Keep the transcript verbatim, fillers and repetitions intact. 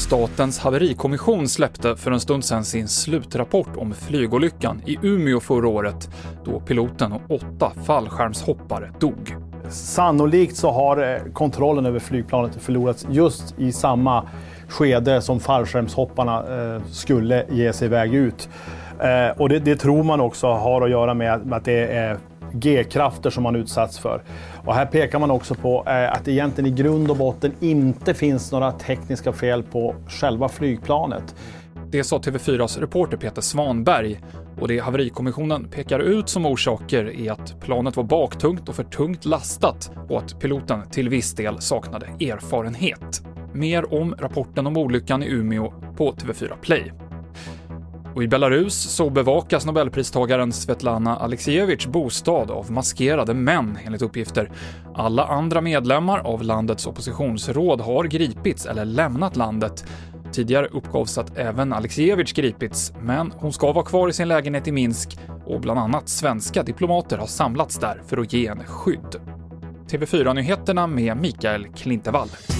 Statens haverikommission släppte för en stund sedan sin slutrapport om flygolyckan i Umeå förra året då piloten och åtta fallskärmshoppare dog. Sannolikt så har kontrollen över flygplanet förlorats just i samma skede som fallskärmshopparna skulle ge sig iväg ut. Och det, det tror man också har att göra med att det är G-krafter som man utsatts för. Och här pekar man också på att det egentligen i grund och botten inte finns några tekniska fel på själva flygplanet. Det sa T V fyras reporter Peter Svanberg, och det haverikommissionen pekar ut som orsaker är att planet var baktungt och för tungt lastat och att piloten till viss del saknade erfarenhet. Mer om rapporten om olyckan i Umeå på T V fyra Play. Och i Belarus så bevakas Nobelpristagaren Svetlana Aleksijevitjs bostad av maskerade män enligt uppgifter. Alla andra medlemmar av landets oppositionsråd har gripits eller lämnat landet. Tidigare uppgavs att även Aleksijevitj gripits, men hon ska vara kvar i sin lägenhet i Minsk och bland annat svenska diplomater har samlats där för att ge henne skydd. T V fyra-nyheterna med Mikael Klintevall.